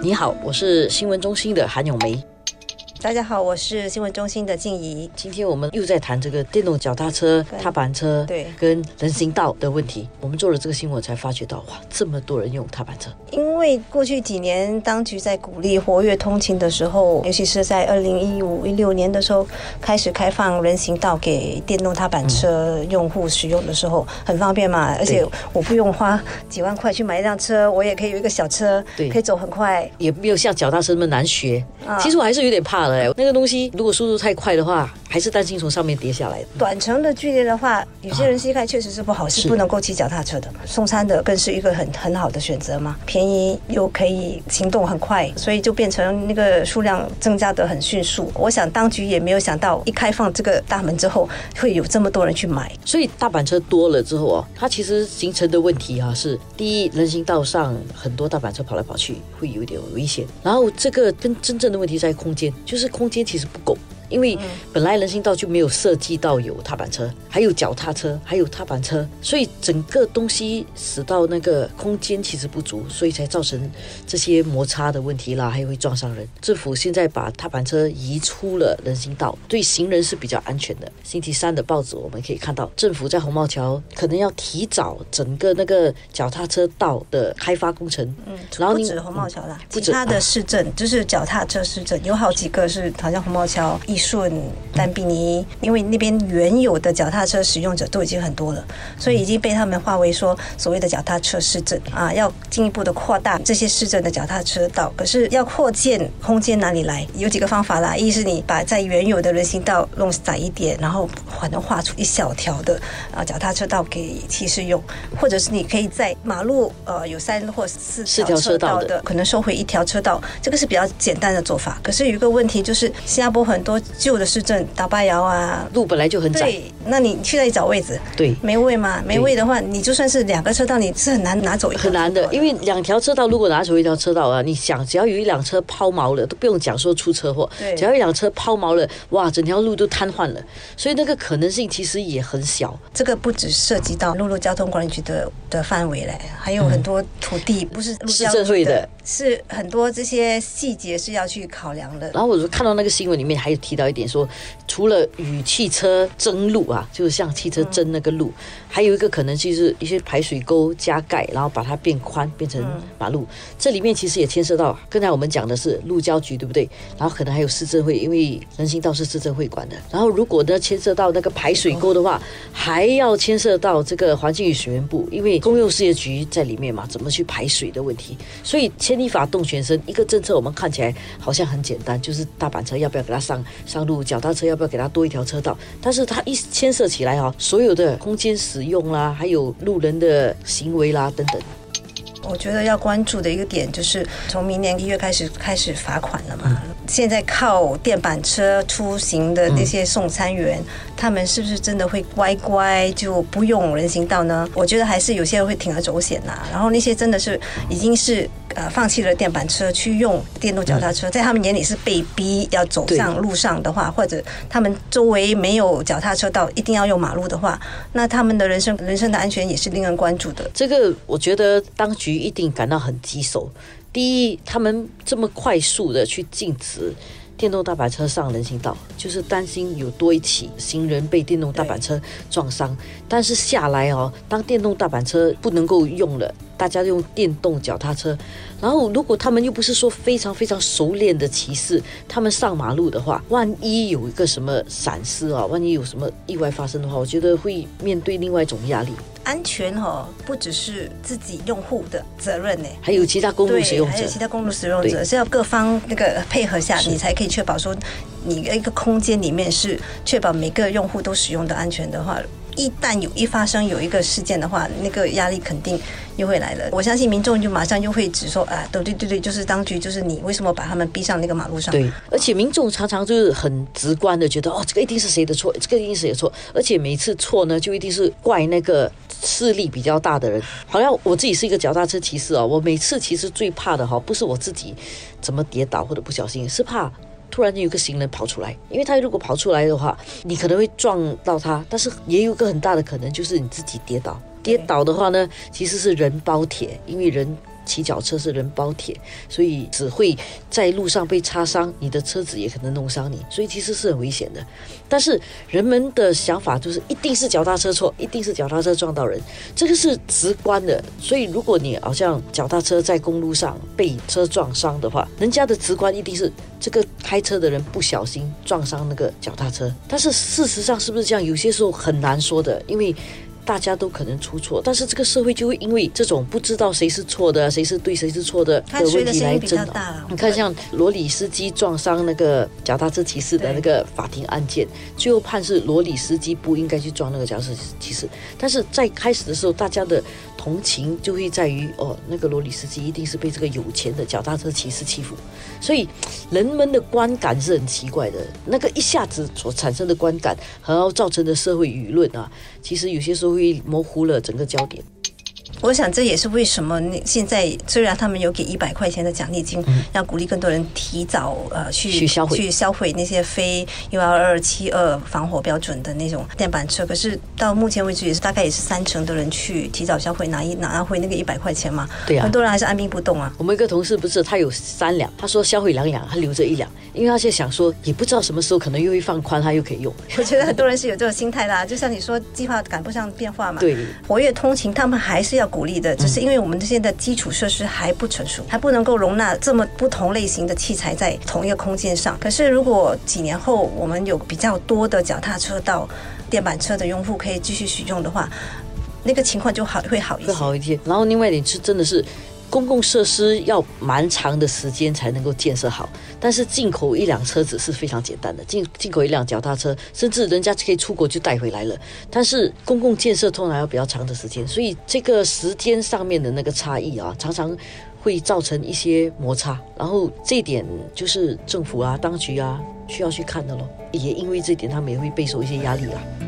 你好，我是新闻中心的韩咏梅。 大家好，我是新闻中心的静怡。 今天我们又在谈这个电动脚踏车、踏板车跟人行道的问题。我们做了这个新闻才发觉到，哇，这么多人用踏板车。 因为过去几年当局在鼓励活跃通勤的时候，尤其是在2015-16年的时候开始开放人行道给电动踏板车用户使用的时候，很方便嘛，而且我不用花几万块去买一辆车，我也可以有一个小车，可以走很快， 也没有像脚踏车那么难学。其实我还是有点怕的，那个东西如果速度太快的话，还是担心从上面跌下来。 短程的距离的话，有些人膝盖确实是不好，是不能够骑脚踏车的。送餐的更是一个很好的选择嘛，便宜又可以行动很快，所以就变成那个数量增加得很迅速。我想当局也没有想到，一开放这个大门之后，会有这么多人去买。 所以大板车多了之后它其实形成的问题是第一，人行道上很多大板车跑来跑去，会有一点危险。然后这个跟真正的问题在空间，就是空间其实不够。因为本来人行道就没有设计到有踏板车，还有脚踏车，还有踏板车，所以整个东西使到那个空间其实不足，所以才造成这些摩擦的问题啦，还会撞上人。政府现在把踏板车移出了人行道，对行人是比较安全的。星期三的报纸我们可以看到，政府在红帽桥可能要提早整个那个脚踏车道的开发工程。 然后不止红帽桥啦，其他的市镇就是脚踏车市镇有好几个是好像红帽桥、义顺、丹比尼，因为那边原有的脚踏车使用者都已经很多了，所以已经被他们划为说所谓的脚踏车市镇要进一步的扩大这些市镇的脚踏车道。可是要扩建空间哪里来？有几个方法啦，一是你把在原有的人行道弄窄一点，然后可能画出一小条的脚踏车道给骑士用，或者是你可以在马路有3或4条车道的，可能收回1条车道，这个是比较简单的做法。可是有一个问题就是，新加坡很多旧的市镇，大巴窑路本来就很窄， 对，那你去那里找位置， 对， 没位嘛，没位的话，你就算是2个车道，你是很难拿走一条车道， 很难的，因为2条车道如果拿走1条车道你想只要有1辆车抛锚了，都不用讲说出车祸，只要1辆车抛锚了，哇，整条路都瘫痪了，所以那个可能性其实也很小。 这个不只涉及到陆路交通管理局的范围嘞，还有很多土地不是市政会的， 是很多这些细节是要去考量的。 然后我看到那个新闻里面还有提到一点说，除了与汽车争路就是像汽车争那个路，还有一个可能就是一些排水沟加盖，然后把它变宽变成马路。这里面其实也牵涉到刚才我们讲的是路交局，对不对？然后可能还有市政会，因为人行道是市政会管的。然后如果呢牵涉到那个排水沟的话，还要牵涉到这个环境与水源部，因为公用事业局在里面嘛，怎么去排水的问题。所以牵一发动全身，一个政策我们看起来好像很简单，就是大板车要不要给它上路，脚踏车要不要给它多1条车道，但是它一牵涉起来所有的空间使用啦，还有路人的行为啦等等。 我觉得要关注的一个点就是从明年1月开始罚款了嘛，现在靠电板车出行的那些送餐员，他们是不是真的会乖就不用人行道呢？我觉得还是有些人会铤而走险然后那些真的是已经是放弃了电板车去用电动脚踏车，在他们眼里是被逼要走上路上的话，或者他们周围没有脚踏车道，一定要用马路的话，那他们的人身的安全也是令人关注的。 这个我觉得当局一定感到很棘手。第一，他们这么快速的去禁止电动大板车上人行道，就是担心有多一起行人被电动大板车撞伤。但是下来当电动大板车不能够用了，大家用电动脚踏车，然后如果他们又不是说非常非常熟练的骑士，他们上马路的话，万一有一个什么闪失万一有什么意外发生的话，我觉得会面对另外一种压力。 安全不只是自己用户的责任呢， 还有其他公路使用者， 还有其他公路使用者是要各方那个配合下，你才可以确保说你一个空间里面是确保每个用户都使用的安全的话，一旦发生有一个事件的话，那个压力肯定又会来了。我相信民众就马上又会指说对，就是当局，就是你为什么把他们逼上那个马路上？ 对，而且民众常常就是很直观的觉得这个一定是谁的错，这个一定是谁的错，而且每次错呢就一定是怪那个势力比较大的人。好像我自己是一个脚踏车骑士我每次其实最怕的不是我自己怎么跌倒或者不小心，是怕突然间有个行人跑出来，因为他如果跑出来的话，你可能会撞到他，但是也有一个很大的可能就是你自己跌倒。跌倒的话呢，其实是人包铁，因为人骑脚车是人包铁，所以只会在路上被擦伤，你的车子也可能弄伤你，所以其实是很危险的。但是人们的想法就是一定是脚踏车错，一定是脚踏车撞到人，这个是直观的。所以如果你好像脚踏车在公路上被车撞伤的话，人家的直观一定是这个开车的人不小心撞伤那个脚踏车。但是事实上是不是这样，有些时候很难说的，因为大家都可能出错，但是这个社会就会因为这种不知道谁是错的，谁是对，谁是错的问题来争吵。你看，像罗里司机撞伤那个脚踏车骑士的那个法庭案件，最后判是罗里司机不应该去撞那个脚踏车骑士。但是在开始的时候，大家的同情就会在于，那个罗里司机一定是被这个有钱的脚踏车骑士欺负，所以人们的观感是很奇怪的。那个一下子所产生的观感，然后造成的社会舆论啊，其实有些时候会模糊了整个焦点。 我想这也是为什么现在虽然他们有给100块钱的奖励金，让鼓励更多人提早去销毁那些非11272防火标准的那种电板车，可是到目前为止大概也是30%的人去提早销毁拿回那个100块钱嘛。 对啊， 很多人还是按兵不动啊。 我们一个同事不是他有3辆，他说销毁2辆，他留着1辆，因为他现在想说也不知道什么时候可能又会放宽，他又可以用。 我觉得很多人是有这种心态啦，就像你说计划赶不上变化嘛。 对， 活跃通勤他们还是要鼓励的，只是因为我们现在的基础设施还不成熟，还不能够容纳这么不同类型的器材在同一个空间上。可是如果几年后我们有比较多的脚踏车到电板车的用户可以继续使用的话，那个情况就会好一些。 然后另外一点是真的是公共设施要蛮长的时间才能够建设好，但是进口1辆车子是非常简单的，进口1辆脚踏车，甚至人家可以出国就带回来了。但是公共建设通常要比较长的时间，所以这个时间上面的那个差异啊，常常会造成一些摩擦。然后这一点就是政府啊、当局啊需要去看的咯，也因为这一点他们也会备受一些压力啦。